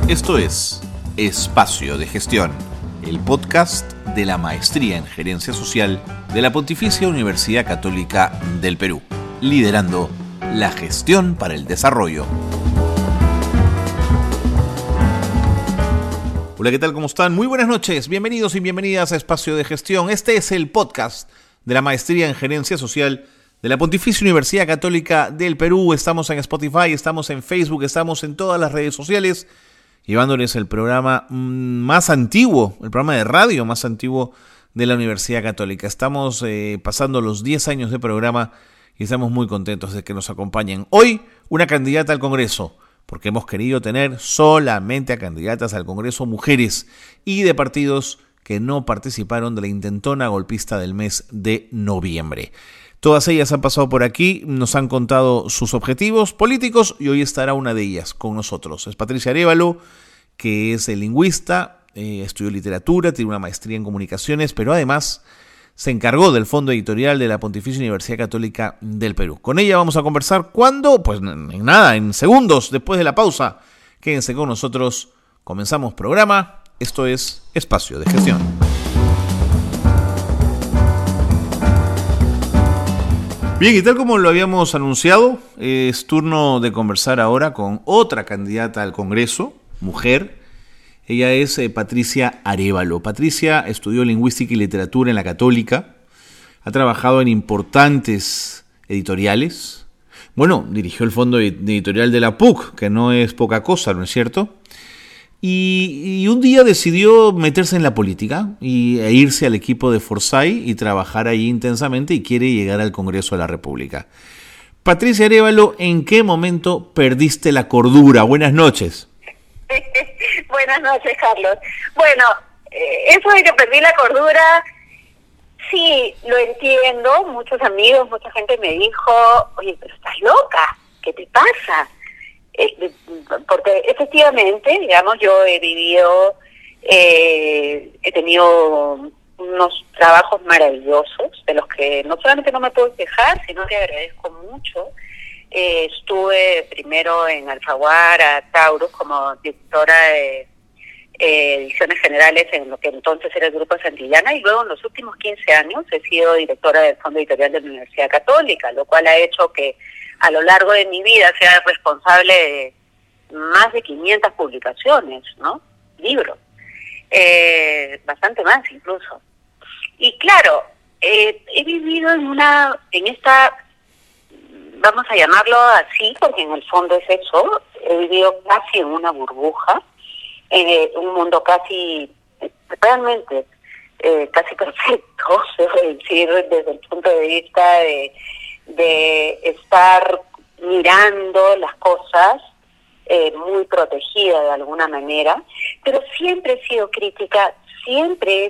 Esto es Espacio de Gestión, el podcast de la Maestría en Gerencia Social de la Pontificia Universidad Católica del Perú, liderando la gestión para el desarrollo. Hola, ¿qué tal? ¿Cómo están? Muy buenas noches, bienvenidos y bienvenidas a Espacio de Gestión. Este es el podcast de la Maestría en Gerencia Social de la Pontificia Universidad Católica del Perú. Estamos en Spotify, estamos en Facebook, estamos en todas las redes sociales, llevándoles el programa más antiguo, el programa de radio más antiguo de la Universidad Católica. Estamos pasando los 10 años de programa y estamos muy contentos de que nos acompañen. Hoy, una candidata al Congreso, porque hemos querido tener solamente a candidatas al Congreso mujeres y de partidos que no participaron de la intentona golpista del mes de noviembre. Todas ellas han pasado por aquí, nos han contado sus objetivos políticos y hoy estará una de ellas con nosotros. Es Patricia Arévalo, que es lingüista, estudió literatura, tiene una maestría en comunicaciones, pero además se encargó del fondo editorial de la Pontificia Universidad Católica del Perú. Con ella vamos a conversar ¿cuándo? Pues en segundos después de la pausa. Quédense con nosotros, comenzamos programa, esto es Espacio de Gestión. Bien, y tal como lo habíamos anunciado, es turno de conversar ahora con otra candidata al Congreso, mujer. Ella es Patricia Arévalo. Patricia estudió lingüística y literatura en la Católica, ha trabajado en importantes editoriales. Bueno, dirigió el fondo editorial de la PUC, que no es poca cosa, ¿no es cierto? Y un día decidió meterse en la política e irse al equipo de Forsyth y trabajar ahí intensamente y quiere llegar al Congreso de la República. Patricia Arévalo, ¿en qué momento perdiste la cordura? Buenas noches. Buenas noches, Carlos. Bueno, eso de que perdí la cordura, sí, lo entiendo. Muchos amigos, mucha gente me dijo, oye, pero estás loca, ¿qué te pasa? Porque efectivamente, digamos, yo he tenido unos trabajos maravillosos, de los que no solamente no me puedo quejar, sino que agradezco mucho. Estuve primero en Alfaguara, Taurus, como directora de ediciones generales en lo que entonces era el Grupo Santillana, y luego en los últimos 15 años he sido directora del Fondo Editorial de la Universidad Católica, lo cual ha hecho que a lo largo de mi vida sea responsable de más de 500 publicaciones, ¿no? Libros. Bastante más incluso. Y claro, he vivido en esta, vamos a llamarlo así, porque en el fondo es eso, he vivido casi en una burbuja, en un mundo casi, realmente, casi perfecto, es decir, desde el punto de vista de estar mirando las cosas muy protegida de alguna manera, pero siempre he sido crítica, siempre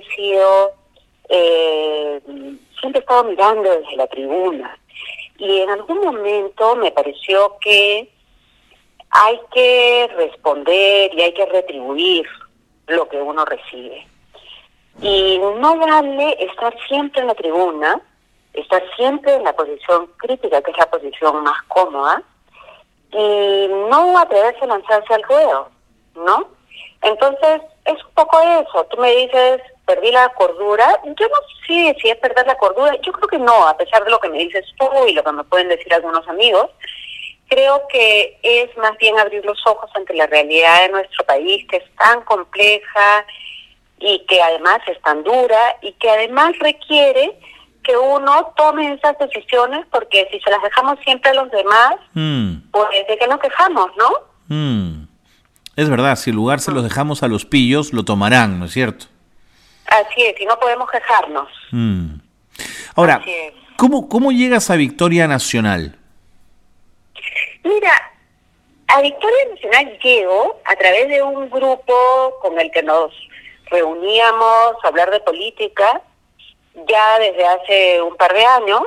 he estado mirando desde la tribuna, y en algún momento me pareció que hay que responder y hay que retribuir lo que uno recibe, y no vale estar siempre en la tribuna, estar siempre en la posición crítica, que es la posición más cómoda, y no atreverse a lanzarse al ruedo, ¿no? Entonces, es un poco eso. Tú me dices, perdí la cordura. Yo no sé si es perder la cordura. Yo creo que no, a pesar de lo que me dices tú y lo que me pueden decir algunos amigos. Creo que es más bien abrir los ojos ante la realidad de nuestro país, que es tan compleja y que además es tan dura y que además requiere que uno tome esas decisiones, porque si se las dejamos siempre a los demás, pues de qué nos quejamos, ¿no? Es verdad, si en lugar se los dejamos a los pillos, lo tomarán, ¿no es cierto? Así es, y no podemos quejarnos. Ahora, ¿cómo llegas a Victoria Nacional? Mira, a Victoria Nacional llego a través de un grupo con el que nos reuníamos a hablar de política, ya desde hace un par de años,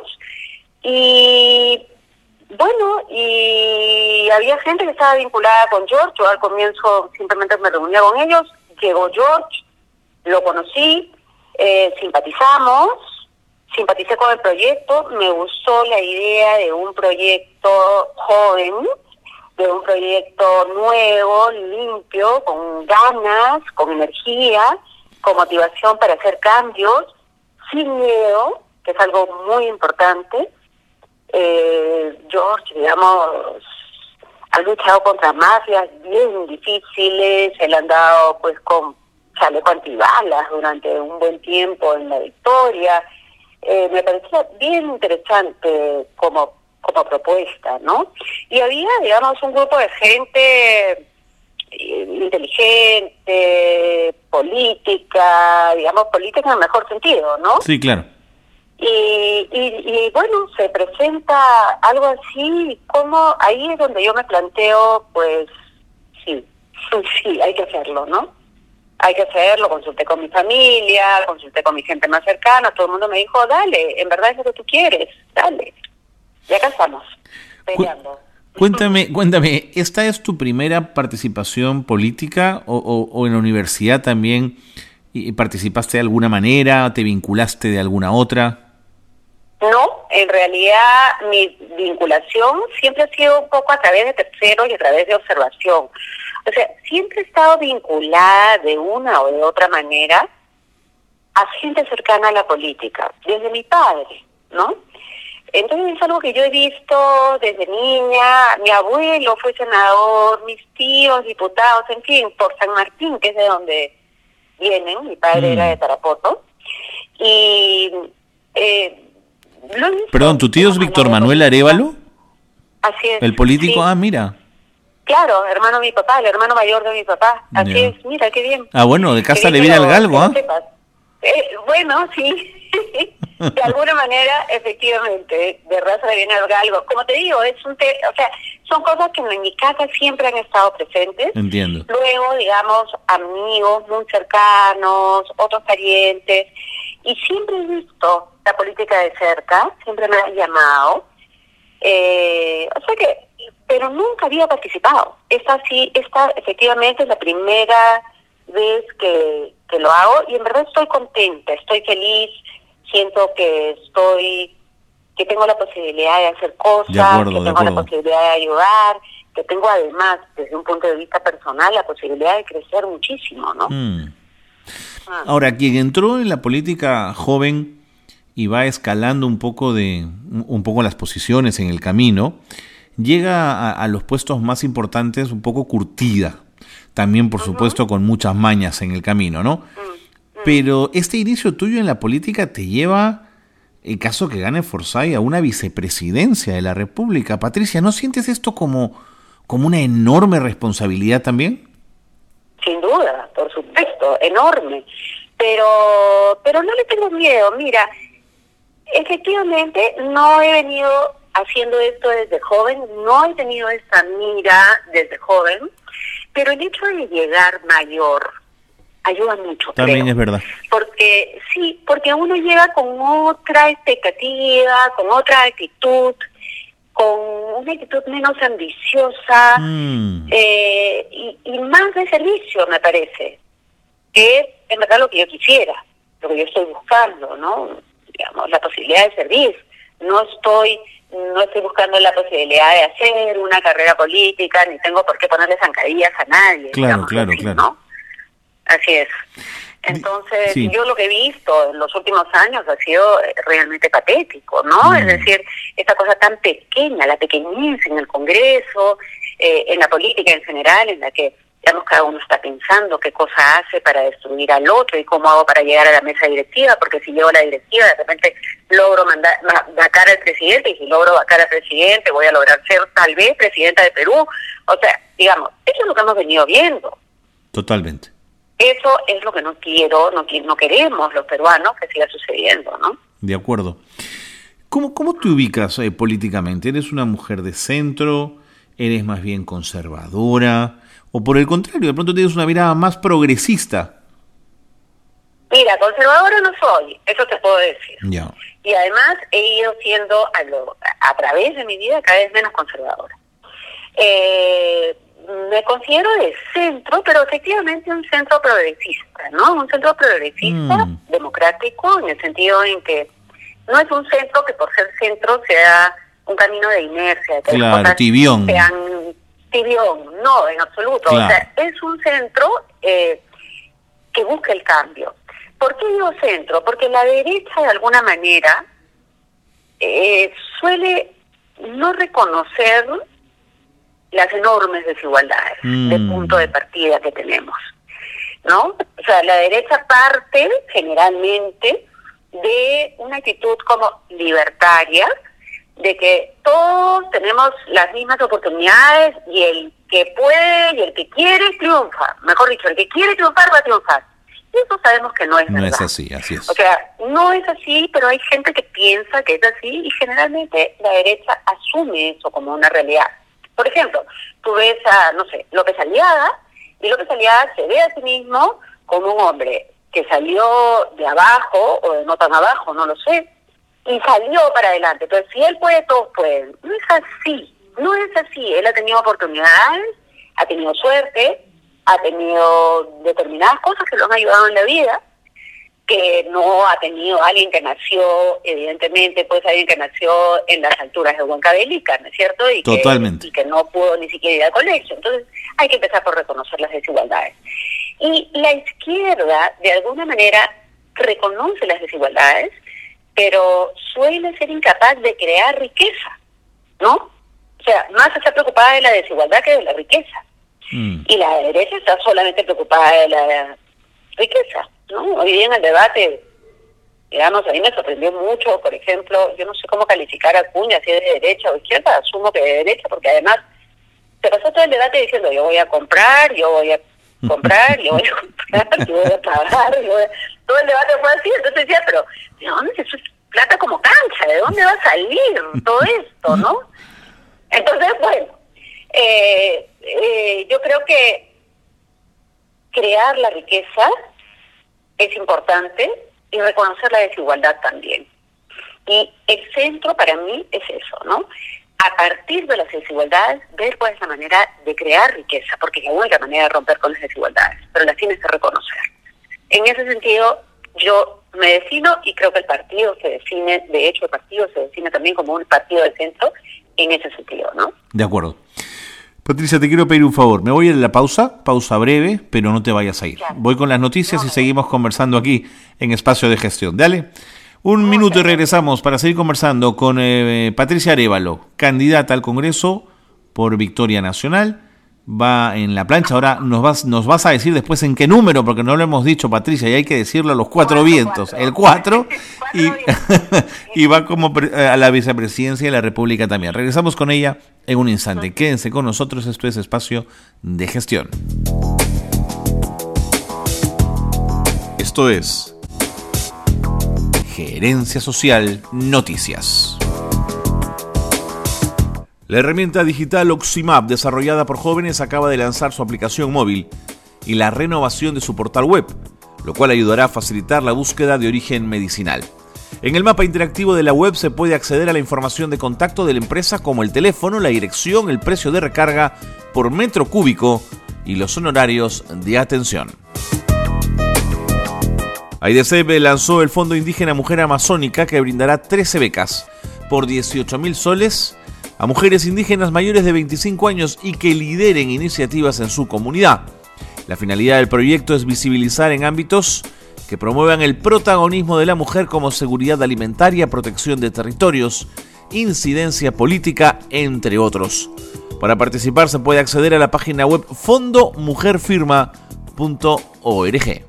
y bueno, y había gente que estaba vinculada con George. Yo al comienzo simplemente me reunía con ellos, llegó George, lo conocí, simpaticé con el proyecto, me gustó la idea de un proyecto joven, de un proyecto nuevo, limpio, con ganas, con energía, con motivación para hacer cambios, sin miedo, que es algo muy importante. George, digamos, ha luchado contra mafias bien difíciles, él ha andado pues con chaleco antibalas durante un buen tiempo en la Victoria. Me parecía bien interesante como propuesta, ¿no? Y había, digamos, un grupo de gente inteligente, política en el mejor sentido, ¿no? Sí, claro. Y bueno, se presenta algo así, como ahí es donde yo me planteo, pues sí, hay que hacerlo, ¿no? Hay que hacerlo, consulté con mi familia, consulté con mi gente más cercana, todo el mundo me dijo, dale, en verdad es lo que tú quieres, dale. Y acá estamos, peleando. Cuéntame, ¿esta es tu primera participación política o en la universidad también participaste de alguna manera, te vinculaste de alguna otra? No, en realidad mi vinculación siempre ha sido un poco a través de terceros y a través de observación. O sea, siempre he estado vinculada de una o de otra manera a gente cercana a la política, desde mi padre, ¿no? Entonces es algo que yo he visto desde niña. Mi abuelo fue senador, mis tíos diputados, en fin, por San Martín, que es de donde vienen, mi padre era de Tarapoto, y lo he visto. Perdón, ¿tu tío es Víctor Manuel Arévalo? Así es. ¿El político? Sí. Ah, mira. Claro, hermano de mi papá, el hermano mayor de mi papá. Así es, mira, qué bien. Ah, bueno, de casa le viene al galgo, ¿ah? Bueno, sí. De alguna manera, efectivamente, de raza le viene al galgo. Como te digo, son cosas que en mi casa siempre han estado presentes. Entiendo. Luego, digamos, amigos muy cercanos, otros parientes, y siempre he visto la política de cerca, siempre me han llamado. Pero nunca había participado. Esta efectivamente es la primera vez que lo hago, y en verdad estoy contenta, estoy feliz, siento que tengo la posibilidad de hacer cosas, la posibilidad de ayudar, que tengo además, desde un punto de vista personal, la posibilidad de crecer muchísimo, ¿no? Ahora, quien entró en la política joven y va escalando un poco las posiciones en el camino, llega a los puestos más importantes un poco curtida, también por supuesto con muchas mañas en el camino, ¿no? Pero este inicio tuyo en la política te lleva, en caso que gane Forsyth, a una vicepresidencia de la República. Patricia, ¿no sientes esto como una enorme responsabilidad también? Sin duda, por supuesto, enorme. Pero no le tengo miedo. Mira, efectivamente no he venido haciendo esto desde joven, no he tenido esta mira desde joven, pero el hecho de llegar mayor ayuda mucho. También creo. Es verdad. Porque uno llega con otra expectativa, con otra actitud, con una actitud menos ambiciosa y más de servicio, me parece, que es en verdad lo que yo quisiera, lo que yo estoy buscando, ¿no? Digamos, la posibilidad de servir. No estoy buscando la posibilidad de hacer una carrera política, ni tengo por qué ponerle zancadillas a nadie. Claro. ¿no? Así es. Entonces, sí. Yo lo que he visto en los últimos años ha sido realmente patético, ¿no? Es decir, esta cosa tan pequeña, la pequeñez en el Congreso, en la política en general, en la que, digamos, cada uno está pensando qué cosa hace para destruir al otro y cómo hago para llegar a la mesa directiva, porque si llego a la directiva, de repente logro vacar al presidente, y si logro vacar al presidente, voy a lograr ser tal vez presidenta de Perú. O sea, digamos, eso es lo que hemos venido viendo. Totalmente. Eso es lo que no queremos los peruanos que siga sucediendo, ¿no? De acuerdo. ¿Cómo te ubicas políticamente? ¿Eres una mujer de centro? ¿Eres más bien conservadora? ¿O por el contrario, de pronto tienes una mirada más progresista? Mira, conservadora no soy, eso te puedo decir. Ya. Y además he ido siendo a través de mi vida cada vez menos conservadora. Me considero de centro, pero efectivamente un centro progresista, ¿no? Un centro progresista, democrático, en el sentido en que no es un centro que por ser centro sea un camino de inercia. Que claro, tibión. tibión, no, en absoluto. Claro. O sea, es un centro que busca el cambio. ¿Por qué digo centro? Porque la derecha, de alguna manera, suele no reconocer las enormes desigualdades de punto de partida que tenemos, ¿no? O sea, la derecha parte generalmente de una actitud como libertaria, de que todos tenemos las mismas oportunidades y el que puede y el que quiere triunfa. Mejor dicho, el que quiere triunfar va a triunfar. Eso sabemos que no es verdad. No es así es. O sea, no es así, pero hay gente que piensa que es así y generalmente la derecha asume eso como una realidad. Por ejemplo, tú ves a, no sé, López Aliaga, y López Aliaga se ve a sí mismo como un hombre que salió de abajo, o de no tan abajo, no lo sé, y salió para adelante. Entonces, si él puede, todos pueden. No es así, no es así. Él ha tenido oportunidades, ha tenido suerte, ha tenido determinadas cosas que lo han ayudado en la vida, que no ha tenido alguien que nació, evidentemente, pues alguien que nació en las alturas de Huancavelica, ¿no es cierto? Totalmente. Y que no pudo ni siquiera ir al colegio. Entonces, hay que empezar por reconocer las desigualdades. Y la izquierda, de alguna manera, reconoce las desigualdades, pero suele ser incapaz de crear riqueza, ¿no? O sea, más está preocupada de la desigualdad que de la riqueza. Y la derecha está solamente preocupada de la riqueza, ¿no? Hoy día en el debate, digamos, a mí me sorprendió mucho, por ejemplo, yo no sé cómo calificar a Acuña, si es de derecha o izquierda, asumo que de derecha, porque además se pasó todo el debate diciendo yo voy a comprar, yo voy a comprar, yo voy a comprar, yo voy a pagar, todo el debate fue así. Entonces decía, pero ¿de dónde se sube plata como cancha? ¿De dónde va a salir todo esto, no? Entonces, bueno, yo creo que crear la riqueza es importante y reconocer la desigualdad también. Y el centro para mí es eso, ¿no? A partir de las desigualdades, ver cuál es la manera de crear riqueza, porque es la única manera de romper con las desigualdades, pero las tienes que reconocer. En ese sentido, yo me defino y creo que el partido se define, de hecho el partido se define también como un partido del centro en ese sentido, ¿no? De acuerdo. Patricia, te quiero pedir un favor. Me voy a la pausa breve, pero no te vayas a ir. Claro. Voy con las noticias y seguimos conversando aquí en Espacio de Gestión. Dale. Un minuto y regresamos para seguir conversando con Patricia Arévalo, candidata al Congreso por Victoria Nacional. Va en la plancha. Ahora nos vas a decir después en qué número, porque no lo hemos dicho, Patricia, y hay que decirlo a los cuatro vientos. El 4. Y va como a la vicepresidencia de la República también. Regresamos con ella en un instante. Quédense con nosotros. Esto es Espacio de Gestión. Esto es Gerencia Social Noticias. La herramienta digital Oximap, desarrollada por jóvenes, acaba de lanzar su aplicación móvil y la renovación de su portal web, lo cual ayudará a facilitar la búsqueda de origen medicinal. En el mapa interactivo de la web se puede acceder a la información de contacto de la empresa, como el teléfono, la dirección, el precio de recarga por metro cúbico y los honorarios de atención. AIDCB lanzó el Fondo Indígena Mujer Amazónica, que brindará 13 becas por 18.000 soles a mujeres indígenas mayores de 25 años y que lideren iniciativas en su comunidad. La finalidad del proyecto es visibilizar en ámbitos que promuevan el protagonismo de la mujer, como seguridad alimentaria, protección de territorios, incidencia política, entre otros. Para participar se puede acceder a la página web fondomujerfirma.org.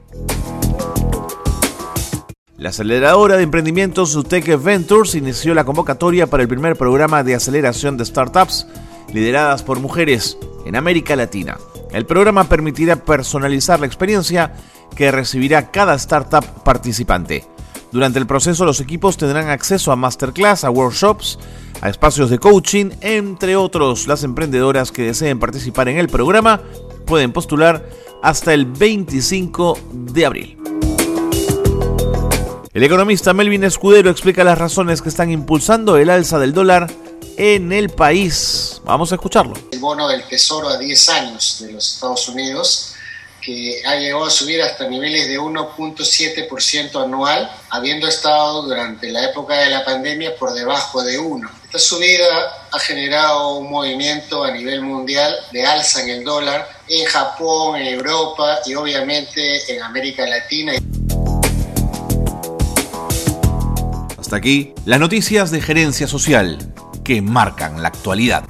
La aceleradora de emprendimientos Utec Ventures inició la convocatoria para el primer programa de aceleración de startups lideradas por mujeres en América Latina. El programa permitirá personalizar la experiencia que recibirá cada startup participante. Durante el proceso, los equipos tendrán acceso a masterclass, a workshops, a espacios de coaching, entre otros. Las emprendedoras que deseen participar en el programa pueden postular hasta el 25 de abril. El economista Melvin Escudero explica las razones que están impulsando el alza del dólar en el país. Vamos a escucharlo. El bono del Tesoro a 10 años de los Estados Unidos, que ha llegado a subir hasta niveles de 1.7% anual, habiendo estado durante la época de la pandemia por debajo de 1. Esta subida ha generado un movimiento a nivel mundial de alza en el dólar en Japón, en Europa y obviamente en América Latina. Hasta aquí las noticias de Gerencia Social que marcan la actualidad.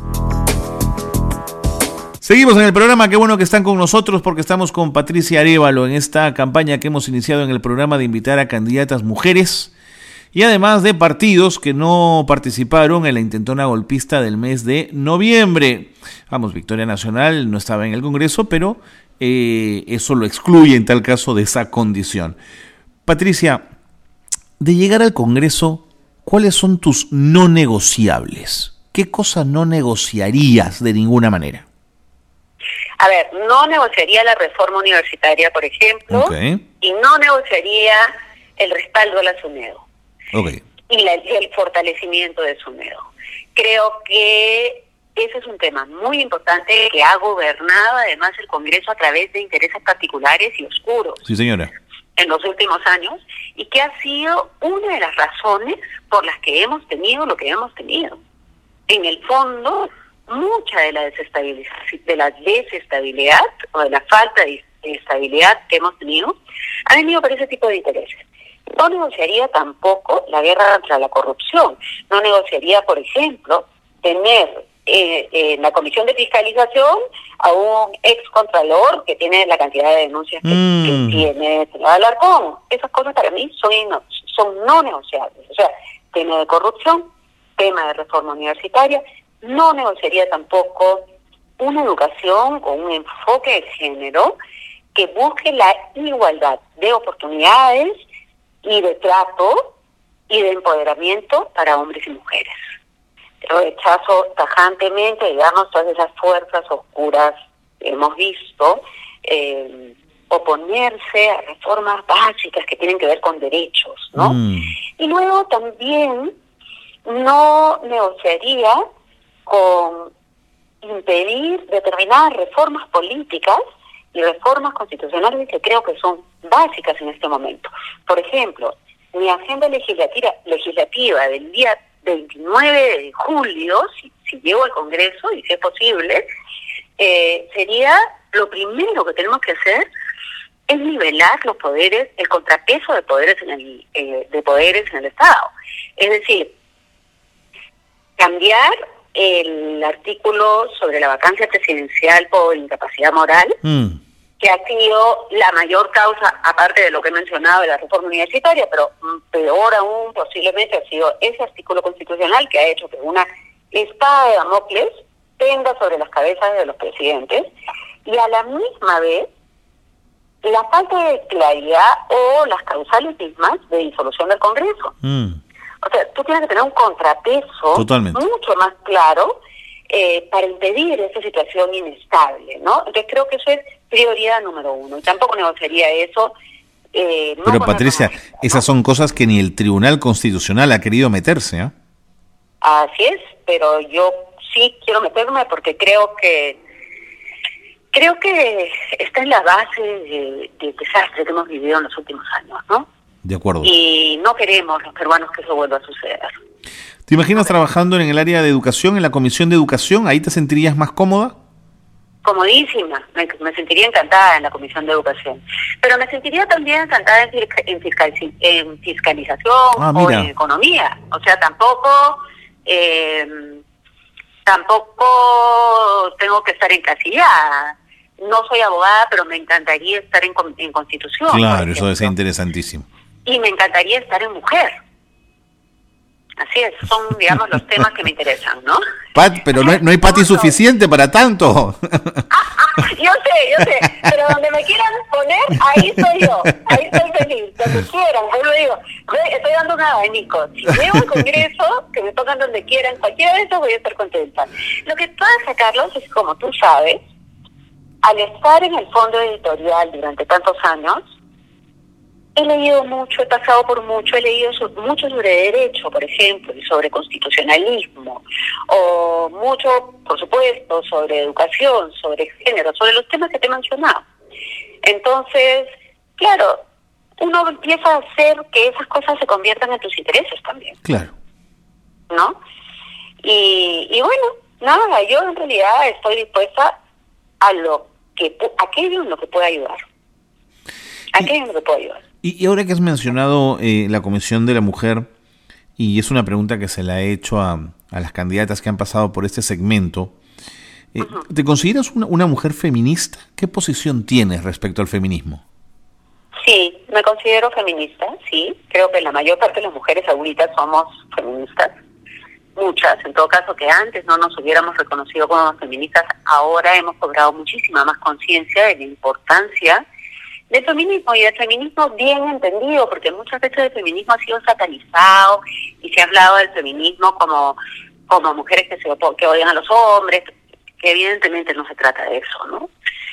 Seguimos en el programa, qué bueno que están con nosotros porque estamos con Patricia Arévalo en esta campaña que hemos iniciado en el programa de invitar a candidatas mujeres y además de partidos que no participaron en la intentona golpista del mes de noviembre. Vamos, Victoria Nacional no estaba en el Congreso, pero eso lo excluye en tal caso de esa condición. Patricia, de llegar al Congreso, ¿cuáles son tus no negociables? ¿Qué cosa no negociarías de ninguna manera? A ver, no negociaría la reforma universitaria, por ejemplo, y no negociaría el respaldo a la SUNEDO y el fortalecimiento de SUNEDO. Creo que ese es un tema muy importante que ha gobernado además el Congreso a través de intereses particulares y oscuros. Sí, señora. En los últimos años, y que ha sido una de las razones por las que hemos tenido lo que hemos tenido. En el fondo, mucha de la desestabilidad o de la falta de estabilidad que hemos tenido ha venido por ese tipo de intereses. No negociaría tampoco la guerra contra la corrupción. No negociaría, por ejemplo, tener en la Comisión de Fiscalización a un excontralor que tiene la cantidad de denuncias que tiene el señor Alarcón. Esas cosas para mí son no negociables. O sea, tema de corrupción, tema de reforma universitaria. No negociaría tampoco una educación con un enfoque de género que busque la igualdad de oportunidades y de trato y de empoderamiento para hombres y mujeres. Rechazo tajantemente, digamos, todas esas fuerzas oscuras que hemos visto oponerse a reformas básicas que tienen que ver con derechos, ¿no? Y luego también no negociaría con impedir determinadas reformas políticas y reformas constitucionales que creo que son básicas en este momento. Por ejemplo, mi agenda legislativa del día 29 de julio, si llego al Congreso y si es posible, sería lo primero que tenemos que hacer es nivelar los poderes, el contrapeso de poderes en el Estado. Es decir, cambiar el artículo sobre la vacancia presidencial por incapacidad moral, que ha sido la mayor causa, aparte de lo que he mencionado de la reforma universitaria, pero peor aún posiblemente ha sido ese artículo constitucional que ha hecho que una espada de Damocles penda sobre las cabezas de los presidentes, y a la misma vez la falta de claridad o las causales mismas de disolución del Congreso. O sea, tú tienes que tener un contrapeso mucho más claro para impedir esa situación inestable, ¿no? Entonces creo que eso es prioridad número uno, y tampoco negociaría eso. Pero Patricia, esas son cosas que ni el Tribunal Constitucional ha querido meterse, ¿eh? Así es, pero yo sí quiero meterme porque creo que está en la base del desastre que hemos vivido en los últimos años, ¿no? De acuerdo. Y no queremos los peruanos que eso vuelva a suceder. ¿Te imaginas trabajando en el área de educación, en la Comisión de Educación? ¿Ahí te sentirías más cómoda? Comodísima, me sentiría encantada en la Comisión de Educación, pero me sentiría también encantada en fiscalización o en economía. O sea, tampoco tengo que estar encasillada. No soy abogada, pero me encantaría estar en Constitución. Claro, eso debe ser interesantísimo. Y me encantaría estar en mujer. Así es, son, digamos, los temas que me interesan, ¿no? Pero no hay Pati suficiente para tanto. Yo sé, pero donde me quieran poner, ahí soy yo, ahí estoy feliz, donde quieran, yo lo digo, estoy dando un abanico, si llego al Congreso, que me pongan donde quieran, cualquiera de esos voy a estar contenta. Lo que pasa, Carlos, es como tú sabes, al estar en el fondo editorial durante tantos años, he leído mucho, he pasado por mucho, he leído mucho sobre derecho, por ejemplo, y sobre constitucionalismo, o mucho, por supuesto, sobre educación, sobre género, sobre los temas que te he mencionado. Entonces, claro, uno empieza a hacer que esas cosas se conviertan en tus intereses también. Claro. ¿No? Y bueno, nada, yo en realidad estoy dispuesta a aquello en lo que pueda ayudar. Aquello en lo que pueda ayudar. Y ahora que has mencionado la Comisión de la Mujer, y es una pregunta que se la he hecho a las candidatas que han pasado por este segmento, ¿te consideras una mujer feminista? ¿Qué posición tienes respecto al feminismo? Sí, me considero feminista, sí. Creo que la mayor parte de las mujeres ahorita somos feministas. Muchas, en todo caso, que antes no nos hubiéramos reconocido como feministas, ahora hemos cobrado muchísima más conciencia de la importancia del feminismo, y del feminismo bien entendido, porque muchas veces el feminismo ha sido satanizado y se ha hablado del feminismo como mujeres que odian a los hombres, que evidentemente no se trata de eso, ¿no?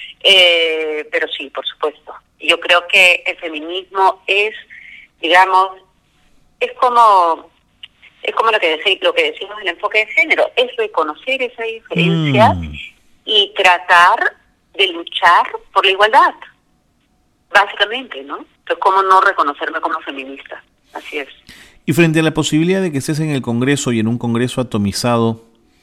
Pero sí, por supuesto. Yo creo que el feminismo es, digamos, es como lo que decimos del enfoque de género, es reconocer esa diferencia y tratar de luchar por la igualdad, básicamente, ¿no? Entonces, ¿cómo no reconocerme como feminista? Así es. Y frente a la posibilidad de que estés en el Congreso y en un Congreso atomizado,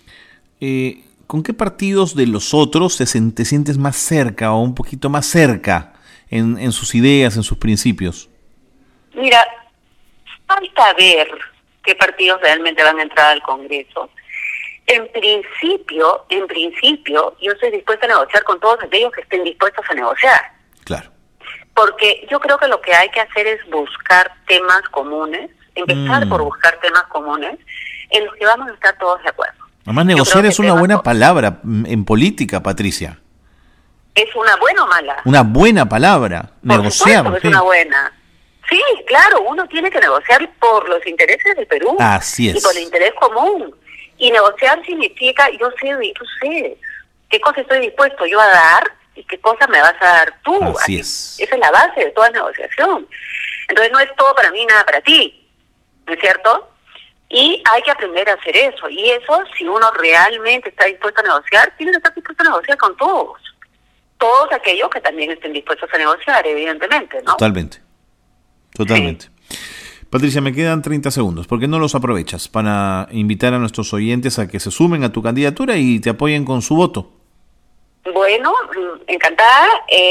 ¿con qué partidos de los otros te sientes más cerca o un poquito más cerca en sus ideas, en sus principios? Mira, falta ver qué partidos realmente van a entrar al Congreso. En principio, yo estoy dispuesta a negociar con todos aquellos que estén dispuestos a negociar. Claro. Porque yo creo que lo que hay que hacer es buscar temas comunes, empezar por buscar temas comunes en los que vamos a estar todos de acuerdo. Además, negociar es una buena palabra en política, Patricia. ¿Es una buena o mala? Una buena palabra, negociar. Es una buena. Sí, claro, uno tiene que negociar por los intereses del Perú. Así es. Y por el interés común. Y negociar significa, yo sé y tú sé qué cosa estoy dispuesto yo a dar y qué cosa me vas a dar tú. Así es. Esa es la base de toda negociación. Entonces no es todo para mí, nada para ti, ¿no es cierto? Y hay que aprender a hacer eso. Y eso, si uno realmente está dispuesto a negociar, tiene que estar dispuesto a negociar con todos. Todos aquellos que también estén dispuestos a negociar, evidentemente, ¿no? Totalmente. Sí. Patricia, me quedan 30 segundos. ¿Por qué no los aprovechas para invitar a nuestros oyentes a que se sumen a tu candidatura y te apoyen con su voto? Bueno, encantada.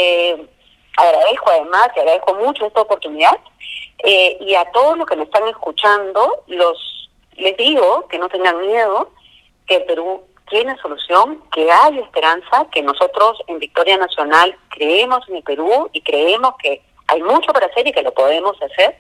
Agradezco mucho esta oportunidad. Y a todos los que me están escuchando, les digo que no tengan miedo, que el Perú tiene solución, que hay esperanza, que nosotros en Victoria Nacional creemos en el Perú y creemos que hay mucho para hacer y que lo podemos hacer.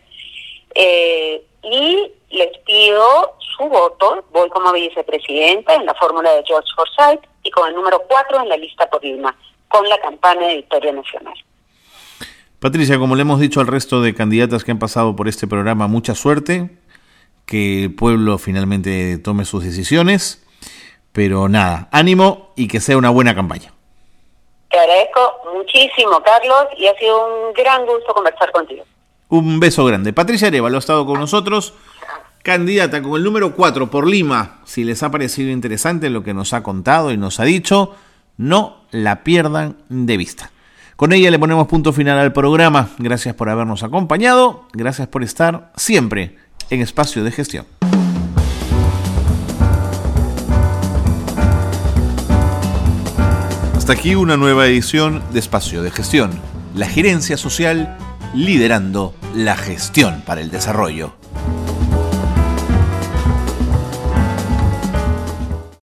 Y les pido su voto. Voy como vicepresidenta en la fórmula de George Forsyth y con el número 4 en la lista por Lima, con la campaña de Victoria Nacional. Patricia, como le hemos dicho al resto de candidatas que han pasado por este programa, mucha suerte, que el pueblo finalmente tome sus decisiones, pero nada, ánimo y que sea una buena campaña. Te agradezco muchísimo, Carlos, y ha sido un gran gusto conversar contigo. Un beso grande. Patricia Arévalo ha estado con nosotros, candidata con el número 4 por Lima. Si les ha parecido interesante lo que nos ha contado y nos ha dicho, no la pierdan de vista. Con ella le ponemos punto final al programa. Gracias por habernos acompañado. Gracias por estar siempre en Espacio de Gestión. Hasta aquí una nueva edición de Espacio de Gestión. La gerencia social liderando la gestión para el desarrollo.